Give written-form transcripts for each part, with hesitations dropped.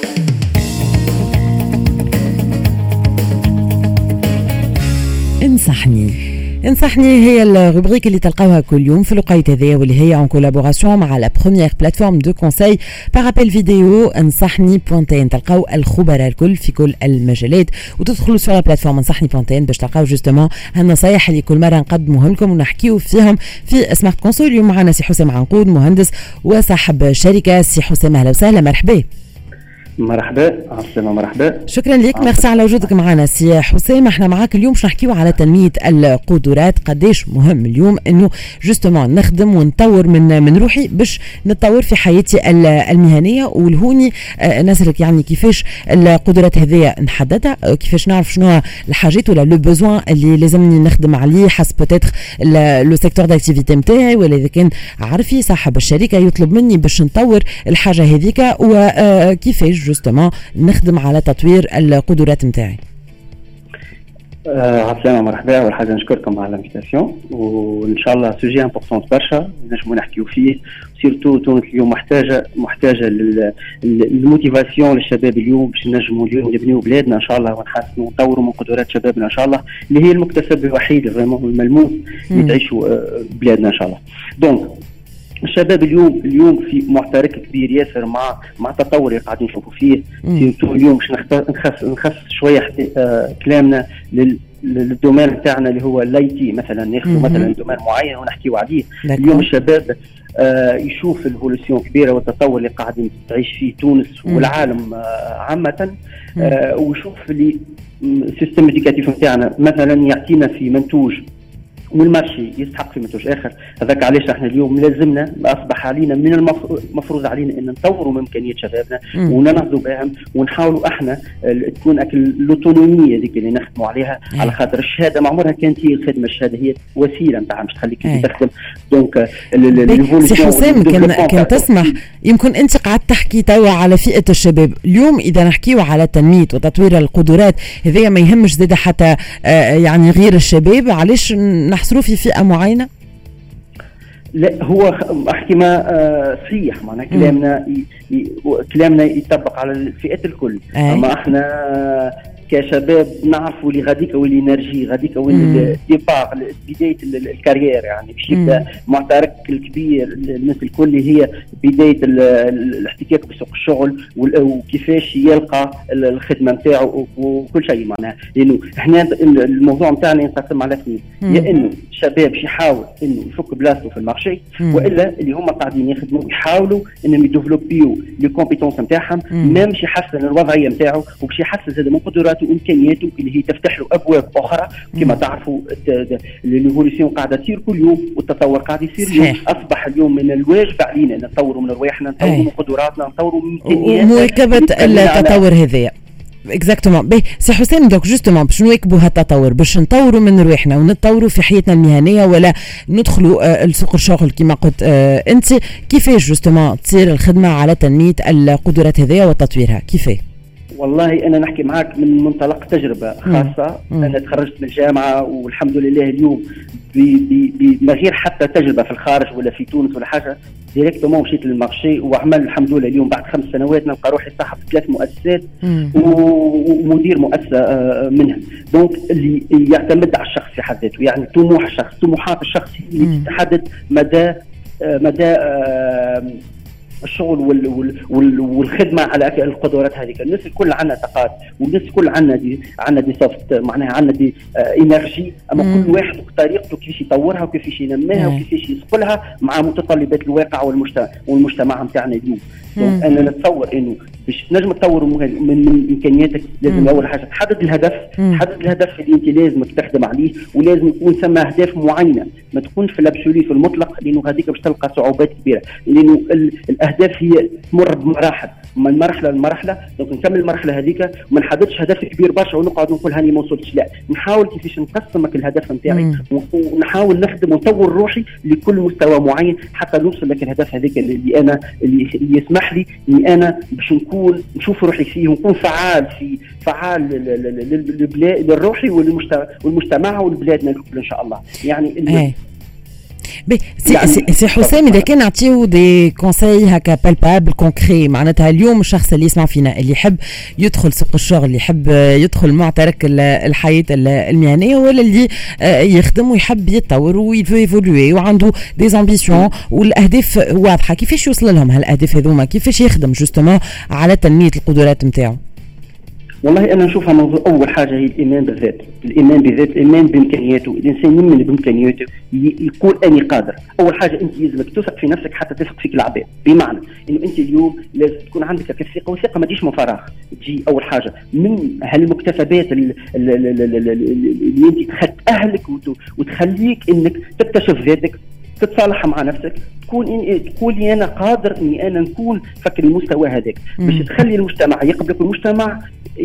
انصحني هي الروبريك اللي تلقاوها كل يوم في الوقيت هذايا واللي هي en collaboration مع la première plateforme de conseil par appel vidéo انصحني.tn. تلقاو الخبراء الكل في كل المجالات وتدخلوا sur la plateforme انصحني.tn باش تلقاو جوستومون هالنصايح اللي كل مرة نقدموها لكم ونحكيو فيهم في سمارت كونسول. اليوم معنا سي حسام عنقود مهندس وصاحب شركة. سي حسام أهلا وسهلا مرحبا. مرحبا عسلامة مرحبا. شكرا لك ميرسي على وجودك معنا سي حسام. احنا معاك اليوم باش نحكيو على تنمية القدرات. قداش مهم اليوم انه جوستومون نخدم ونطور من روحي باش نتطور في حياتي المهنية والهوني. نسألك يعني كيفاش القدرات هذه نحددها، كيفاش نعرف شنو الحاجات ولا لو بوزوان اللي لازمني نخدم عليه حسب بوتيتر لو سيكتور داكتيفيتي نتاعي، ولا اذا كان عارفي صاحب الشركة يطلب مني باش نطور الحاجة هذيك وكيفاش جوستومون نخدم على تطوير القدرات نتاعي. عسلامة مرحبا. أول حاجة نشكركم على الانفيتاسيون وإن شاء الله سوجي امبورطون برشا نجمو نحكيو فيه. سيرتو تونس اليوم محتاجة للموتيفاسيون للشباب اليوم باش نجمو اليوم نبنيو بلادنا إن شاء الله ونحسنوا ونطوروا من قدرات شبابنا إن شاء الله اللي هي المكتسب الوحيد فريمون الملموس اللي تعيشوا بلادنا إن شاء الله. دونك الشباب اليوم في محترك كبير ياسر مع التطور اللي قاعدين نشوفوا فيه. اليوم باش نخص شويه كلامنا للدومين بتاعنا اللي هو الاي تي مثلا. ناخذ مثلا دومين معين ونحكيوا عليه. اليوم الشباب يشوف الفولوسيون كبيره والتطور اللي قاعدين تعيش فيه تونس والعالم عامه، ويشوف اللي السيستم اديكاتيف بتاعنا مثلا يعطينا في منتوج والمارشي يستحق في منتوج اخر. هذاك علاش احنا اليوم لازمنا اصبح علينا من المفروض علينا ان نطوروا من امكانيات شبابنا وننهضوا بهم ونحاولوا احنا تكون الاوتونوميه هذيك اللي نخدموا عليها. على خاطر الشهاده ما عمرها كانت هي الخدمه، الشهاده هي وسيله نتاع باش تخليك تخدم. دونك سي حسام كان تسمح يمكن انت قعدت تحكي توا على فئه الشباب. اليوم اذا نحكيو على تنميه وتطوير القدرات هذه ما يهمش زاده حتى يعني غير الشباب. علاش نحصروا في فئة معينة؟ لا هو احكي ما صحيح معناها كلامنا يطبق على الفئات الكل. اما احنا كشباب نعرفوا اللي غاديك واللي انرجي غاديك واللي ديبار بدايه الكارير يعني باش يبدا معترك الكبير الناس الكل هي بدايه الاحتكاك بسوق الشغل وكيفاش يلقى الخدمه نتاعو وكل شيء معناها. لانه احنا الموضوع نتاعنا ينقسم على اثنين، يا انه الشباب يحاول انه يفك بلاصته في المارشي، والا اللي هم قاعدين يخدموا يحاولوا انهم يديفلوبيو لي كومبيتونس نتاعهم ميم باش يحسن الوضعيه نتاعو وباش يحسن زاد من قدراته وامكانياته اللي هي تفتح له ابواب اخرى. كما تعرفوا الايفوليسيون قاعده تصير كل يوم والتطور قاعد يصير اليوم. اصبح اليوم من الواجب علينا نطوروا من رواحنا، نطوروا من قدراتنا، نطوروا من امكانياتنا ومواكبه التطور هذايا. اكزاكتومون. باهي سي حسام دوك جوستومون باش نواكبوا هالتطور باش نطوروا من رواحنا ونتطوروا في حياتنا المهنيه ولا ندخلوا لسوق الشغل كما قلت انت، كيفاش جوستومون تصير الخدمه على تنميه القدرات هذيا وتطويرها؟ كيفاه؟ والله أنا نحكي معاك من منطلق تجربة خاصة. أنا تخرجت من الجامعة والحمد لله اليوم من غير حتى تجربة في الخارج ولا في تونس ولا حاجة ديريكتومون مشيت للمارشي وعمل الحمد لله اليوم بعد 5 سنوات نلقى روحي صاحب 3 مؤسسات ومدير مؤسسة منهم. دونك اللي يعتمد على الشخص في حد ذاته، يعني طموح الشخص، طموحات الشخص اللي تحدد مدى الشغل والخدمه على القدرات هذيك. الناس الكل عندنا طاقات والناس الكل عندنا دي سوفت معناها عندنا دي انرجي، اما كل واحد بطريقته كيفاش يطورها وكيفاش ينميها وكيفاش يسقلها مع متطلبات الواقع والمجتمع نتاعنا اليوم. انا نتصور انه باش تنجم تطور من امكانياتك لازم اول حاجه تحدد الهدف اللي انت لازمك تخدم عليه، ولازم يكون ثم اهداف معينه ما تكونش في الابسولي في المطلق، لانه هذيك باش تلقى صعوبات كبيره. لانه الاهداف هي تمر بمراحل من مرحله لمرحله. دونك نكمل المرحله هذيك وما نحددش هدف كبير برشا ونقعد نقول هاني ما وصلتش، لا نحاول كيفاش نقسمك الهدف نتاعي ونحاول نخدم ونطور روحي لكل مستوى معين حتى نوصل لك الهدف هذاك اللي يسمح لي اني انا باش نشوف روحي فيه ونكون فعال للروحي والمجتمع والبلادنا ان شاء الله. يعني سي حسام، اذا كان نعطيو دي كونساي هكا بالبابل كونكري، معناتها اليوم الشخص اللي يسمع فينا اللي يحب يدخل سوق الشغل، اللي يحب يدخل معترك الحياه المهنيه، ولا اللي يخدم ويحب يتطور ويفو ايفولوي وعنده دي زامبيسيون والاهداف واضحه، كيفاش يوصل لهم هالاهداف هذوما؟ كيفاش يخدم جوستومون على تنميه القدرات نتاعو؟ والله انا نشوفها موضوع اول حاجه هي الايمان بالذات، الايمان بامكانياته. الانسان يؤمن بامكانياته، يقول اني قادر. اول حاجه انت لازمك تثق في نفسك حتى تثق فيك العباد، بمعنى انه انت اليوم لازم تكون عندك الثقه، والثقه ما تجيش من فراغ، تجي اول حاجه من هالمكتسبات اللي انت تأهلك وتخليك انك تكتشف ذاتك، تتصالح مع نفسك، تقول لي انا قادر اني انا نكون فكر المستوى هذاك، باش تخلي المجتمع يقبلك، والمجتمع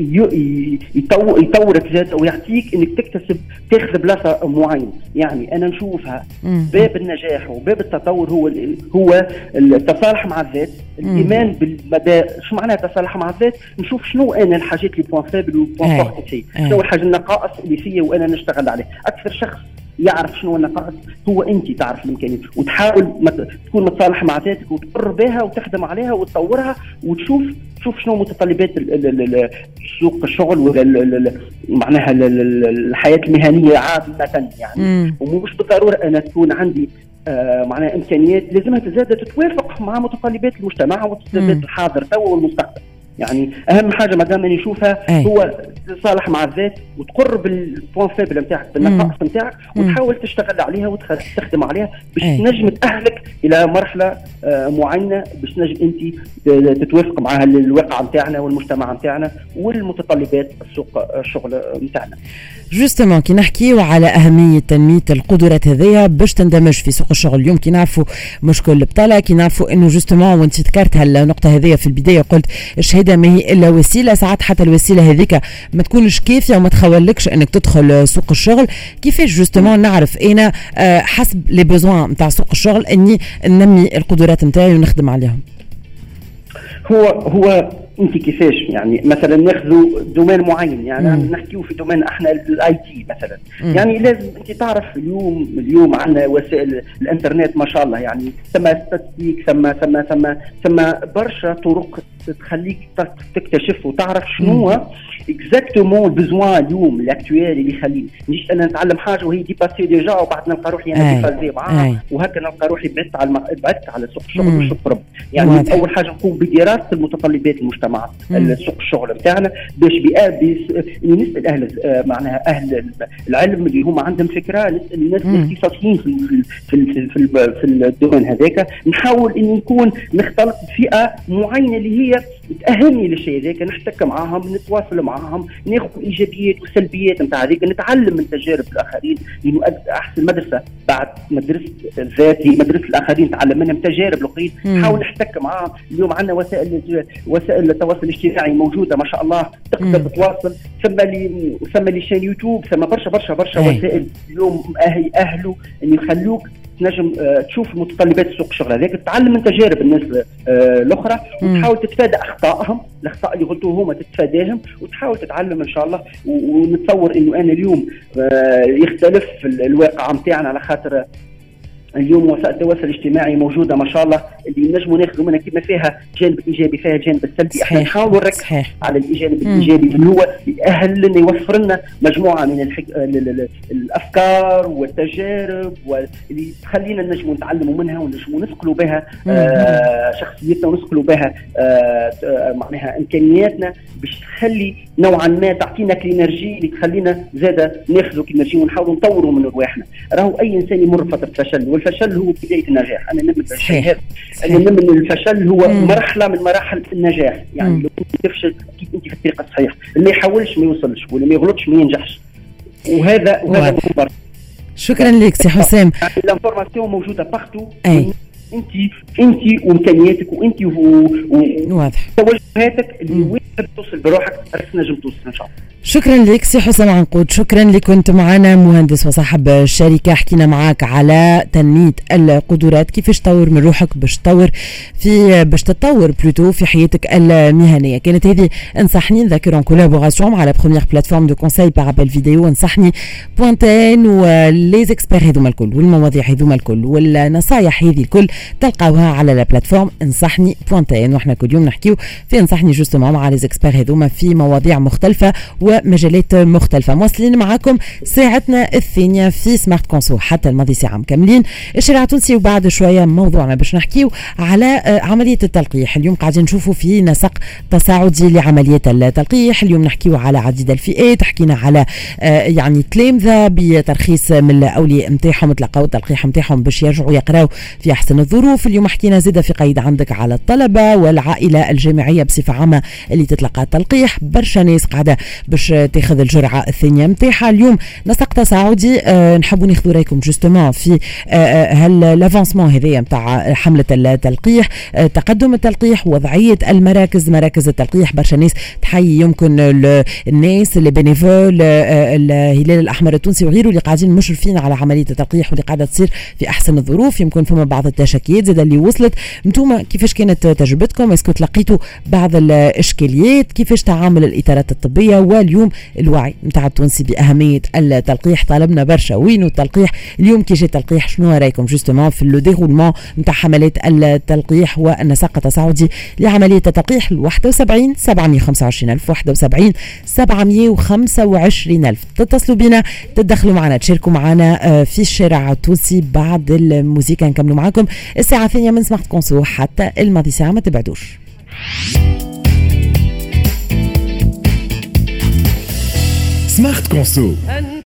يطورك ذاته ويعطيك انك تاخذ بلاصه معينه. يعني انا نشوفها باب النجاح وباب التطور هو التصالح مع الذات، الايمان بالمدى. شو معناها التصالح مع الذات؟ نشوف شنو انا الحاجات اللي بوان فابل وبوان فورت فيه، شنو الحاجه النقائص اللي فيا وانا نشتغل عليه. اكثر شخص يعرف شنو النقائص هو انت تعرف الامكانيات، وتحاول تكون متصالح مع ذاتك وتقر بها وتخدم عليها وتطورها، وتشوف شنو متطلبات سوق الشغل معناها الحياه المهنيه عامه يعني. ومش بالضروره انا تكون عندي معناها امكانيات، لازمها تزاد تتوافق مع متطلبات المجتمع ومتطلبات الحاضر توا والمستقبل. يعني اهم حاجه مادام اني نشوفها هو تصالح مع الذات وتقرب البوان فيبل نتاعك بالنقائص نتاعك، وتحاول تشتغل عليها وتخدم عليها باش تنجم تاهلك الى مرحله معينه، باش تنجم انت تتوافق مع الواقع نتاعنا والمجتمع نتاعنا والمتطلبات سوق الشغل نتاعنا. جوستومون كي نحكيو على اهميه تنميه القدرات هذيا باش تندمج في سوق الشغل اليوم، كي نعرفوا مشكل البطاله، كي نعرفوا انه جوستومون وانت ذكرت هالنقطه هذيا في البدايه، قلت الشهاده ما هي الا وسيله، ساعات حتى الوسيله هذيك ما تكونش كافيه وما تخولكش انك تدخل سوق الشغل. كيفاش جوستومون نعرف انا حسب لي بوزوان نتاع سوق الشغل اني ننمي القدرات نتاعي ونخدم عليهم؟ هو انت كيفاش يعني مثلا ناخذوا دومين معين، يعني نحكيو في دومين احنا الاي تي مثلا، يعني لازم انت تعرف اليوم عندنا وسائل الانترنت ما شاء الله، يعني ثم ستاتستيك ثم برشا طرق تخليك تكتشف وتعرف شنو اكزاكتومون البزوان اليوم الاكتويل اللي يخليني نجيش انا نتعلم حاجه وهي ديباسي ديجا وبعد نلقى روحي انا ديفازي معاها، وهكا نلقى روحي بعدت على سوق الشغل مش قرب. يعني اول حاجه نقوم بدراسه المتطلبات المجتمع سوق الشغل بتاعنا، باش نسال اهل معناها اهل العلم اللي هم عندهم فكره، نسال الناس الاختصاصيين في الدومين هذاك، نحاول اني نكون نختلط بفئه معينه اللي هي تأهلني للشيء هذاك، نحتك معاهم، نتواصل معاهم، ناخذ الايجابيات والسلبيات نتاع هذيك، نتعلم من تجارب الاخرين، لانه احسن مدرسه بعد مدرسه ذاتي مدرسه الاخرين نتعلم منهم تجارب الاخرين، نحاول نحتك معاهم. اليوم عندنا وسائل التواصل الاجتماعي موجوده ما شاء الله، تقدر تتواصل، ثم لي شان يوتيوب، ثم برشا وسائل اليوم يأهلوا ان يخلوك تنجم تشوف متطلبات سوق الشغل هذاك، تتعلم من تجارب الناس الاخرى، وتحاول تتفادى اخطائهم، الاخطاء اللي غلطوه هما تتفاداهم، وتحاول تتعلم ان شاء الله. ونتصور انه انا اليوم يختلف الواقع نتاعنا، على خاطر اليوم وسائل التواصل الاجتماعي موجوده ما شاء الله، اللي نجموا ناخذوا منها كما فيها جانب ايجابي فيها جانب السلبي. احنا نحاولوا نركز على الجانب الايجابي اللي هو يأهل لنا يوفر لنا مجموعه من الافكار والتجارب واللي تخلينا نجموا نتعلموا منها ونجموا نثقلوا بها شخصيتنا ونثقلوا بها معناها امكانياتنا، باش تخلي نوعا ما تعطينا الانرجي اللي تخلينا زاده ناخذوا الانرجي ونحاولوا نطوروا من رواحنا. راهو اي انسان يمر فتره فشل، والفشل هو بدايه النجاح. انا نؤمن بالشيء هذا، انا نؤمن ان الفشل هو مرحله من مراحل النجاح. يعني لو كنت تفشل اكيد انت في الطريق الصحيح، اللي ما يحاولش ما يوصلش، واللي ما يغلطش ما ينجحش. وهذا شكرا لك سي حسام. الانفورماسيون موجوده بارتو، انت وامكانياتك وانت واضح توجهاتك اللي وين توصل بروحك نجم توصل ان شاء الله. شكرا لك سي حسام عنقود، شكرا لك. كنت معنا مهندس وصاحب الشركه، حكينا معك على تنميه القدرات، كيفاش تطور من روحك باش تطور بلوتو في حياتك المهنيه. كانت هذه انصحني نذكر اون كولابوراسيون مع لا بروميير بلاتفورم دو كونساي بار ابل فيديو. انصحني بوانتين ولي زيكسبير هذوما الكل والمواضيع هذوما الكل والنصايح هذه الكل تلقاوها على لا بلاتفورم انصحني بوانتين. واحنا كل يوم نحكيو في انصحني جوستومون مع لي زيكسبير هذوما في مواضيع مختلفه ومجالات مختلفه. مواصلين معاكم ساعتنا الثانيه في سمارت كونسو حتى الماضي ساعه مكملين الشارع التونسي، وبعد شويه موضوعنا باش نحكيو على عمليه التلقيح. اليوم قاعدين نشوفوا في نسق تصاعدي لعمليه التلقيح. اليوم نحكيو على عديد الفئات، حكينا على يعني تلامذه بترخيص من الاولياء نتاعهم تلقاو التلقيح نتاعهم باش يرجعوا يقراو في احسن الظروف. اليوم حكينا زاده في قيد عندك على الطلبه والعائله الجامعيه بصفه عامه اللي تتلقى التلقيح. برشا ناس قاعده باش تاخذ الجرعه الثانيه نتاعها. اليوم نسق تصاعدي نحبوا ناخذوا رايكم جوستومون في هل لافونسمون هذايا نتاع حمله التلقيح، تقدم التلقيح، وضعيه المراكز، مراكز التلقيح. برشا ناس تحيي يمكن الناس اللي بينيفول الهلال الاحمر التونسي وغيره اللي قاعدين مشرفين على عمليه التلقيح واللي قاعده تصير في احسن الظروف. يمكن فما بعض التشكيات زاد اللي وصلت. انتم كيفاش كانت تجربتكم؟ اسكو تلقيتوا بعض الاشكاليات؟ كيفاش تعامل الاطارات الطبيه؟ واليوم الوعي نتاع التونسي باهميه التلقيح طالبنا برشا. وينو التلقيح اليوم؟ كي جاء التلقيح شنو رايكم جوستومون في لو ديرولمون نتاع حملات التلقيح والنسق التصاعدي لعمليه التلقيح؟ 71 725 ألف 71 725 ألف. تتصلوا بنا، تدخلوا معنا، تشاركوا معنا في الشارع التونسي. بعد الموسيقى نكملوا معكم الساعه الثانيه من سمارت كونسو حتى الماضي ساعه، ما تبعدوش. سمارت كونسو